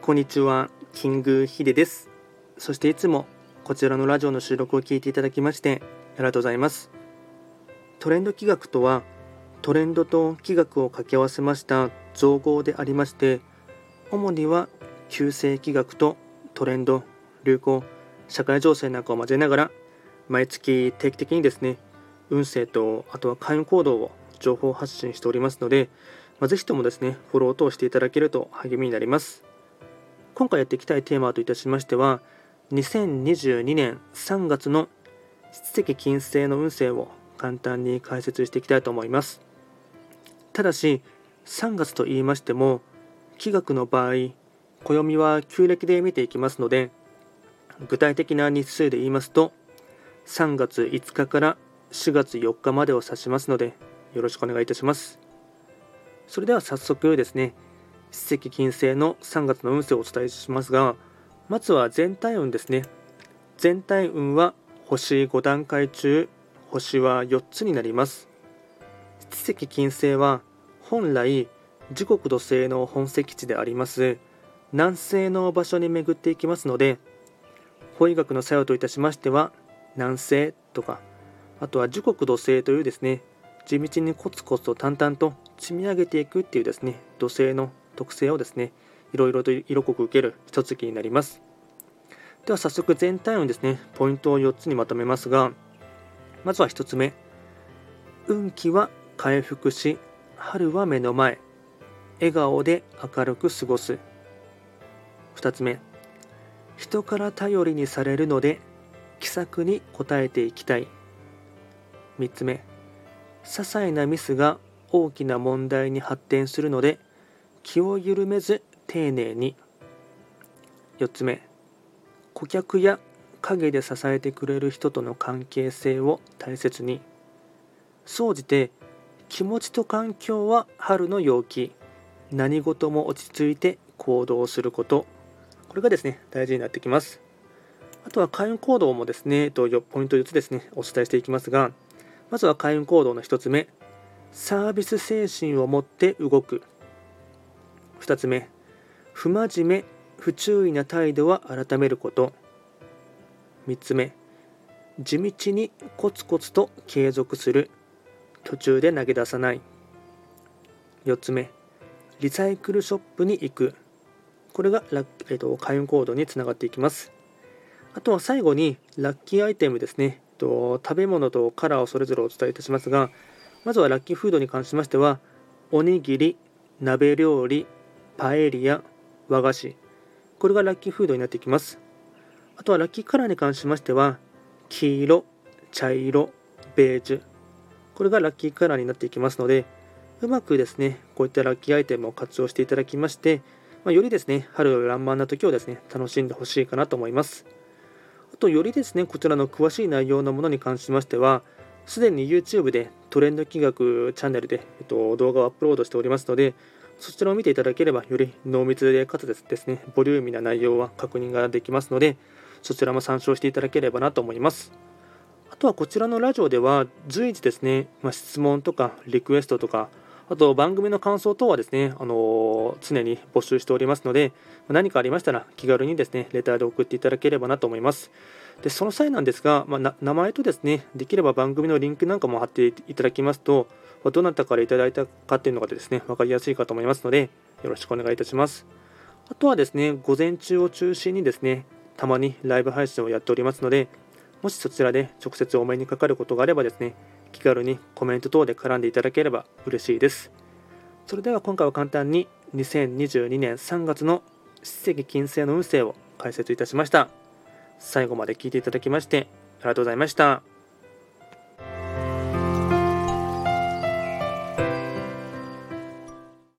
こんにちは、キングヒデです。そしていつもこちらのラジオの収録を聞いていただきましてありがとうございます。トレンド企画とは、トレンドと企画を掛け合わせました造語でありまして、主には旧世企画とトレンド、流行、社会情勢なんかを交えながら、毎月定期的にですね、運勢とあとは開運行動を情報発信しておりますので、ぜひともですね、フォロー等していただけると励みになります。今回やっていきたいテーマといたしましては、2022年3月の七石金星の運勢を簡単に解説していきたいと思います。ただし、3月と言いましても、気学の場合、暦は旧暦で見ていきますので、具体的な日数で言いますと、3月5日から4月4日までを指しますので、よろしくお願いいたします。それでは早速ですね、七石金星の3月の運勢をお伝えしますが、まずは全体運ですね。全体運は星5段階中、星は4つになります。七石金星は本来時刻土星の本石地であります南西の場所に巡っていきますので、法医学の作用といたしましては、南西とか、あとは時刻土星というですね、地道にコツコツと淡々と積み上げていくっていうですね、土星の特性をですね、いろいろと色濃く受ける一月になります。では早速全体運ですね、ポイントを4つにまとめますが、まずは1つ目、運気は回復し、春は目の前、笑顔で明るく過ごす。2つ目、人から頼りにされるので気さくに応えていきたい。3つ目、些細なミスが大きな問題に発展するので気を緩めず丁寧に。4つ目、顧客や陰で支えてくれる人との関係性を大切に。総じて気持ちと環境は春の陽気、何事も落ち着いて行動すること、これがですね大事になってきます。あとは開運行動もですね、ポイント4つですねお伝えしていきますが、まずは開運行動の1つ目、サービス精神を持って動く。2つ目、不真面目不注意な態度は改めること。3つ目、地道にコツコツと継続する、途中で投げ出さない。4つ目、リサイクルショップに行く。これが開運行動につながっていきます。あとは最後にラッキーアイテムですね、食べ物とカラーをそれぞれお伝えいたしますが、まずはラッキーフードに関しましては、おにぎり、鍋料理、パエリア、和菓子、これがラッキーフードになっていきます。あとはラッキーカラーに関しましては、黄色、茶色、ベージュ、これがラッキーカラーになっていきますので、うまくですねこういったラッキーアイテムを活用していただきまして、よりですね春爛漫な時をですね楽しんでほしいかなと思います。あとよりですねこちらの詳しい内容のものに関しましては、すでに YouTube でトレンド企画チャンネルで、動画をアップロードしておりますので、そちらを見ていただければより濃密でかつですねボリューミーな内容は確認ができますので、そちらも参照していただければなと思います。あとはこちらのラジオでは随時ですね、質問とかリクエストとか、あと番組の感想等はですね、常に募集しておりますので、何かありましたら気軽にですねレターで送っていただければなと思います。でその際なんですが、名前とですねできれば番組のリンクなんかも貼っていただきますと、どなたからいただいたかっていうのがですね分かりやすいかと思いますので、よろしくお願いいたします。あとはですね午前中を中心にですねたまにライブ配信をやっておりますので、もしそちらで直接お目にかかることがあればですね、気軽にコメント等で絡んでいただければ嬉しいです。それでは今回は簡単に2022年3月の七石金星の運勢を解説いたしました。最後まで聞いていただきましてありがとうございました。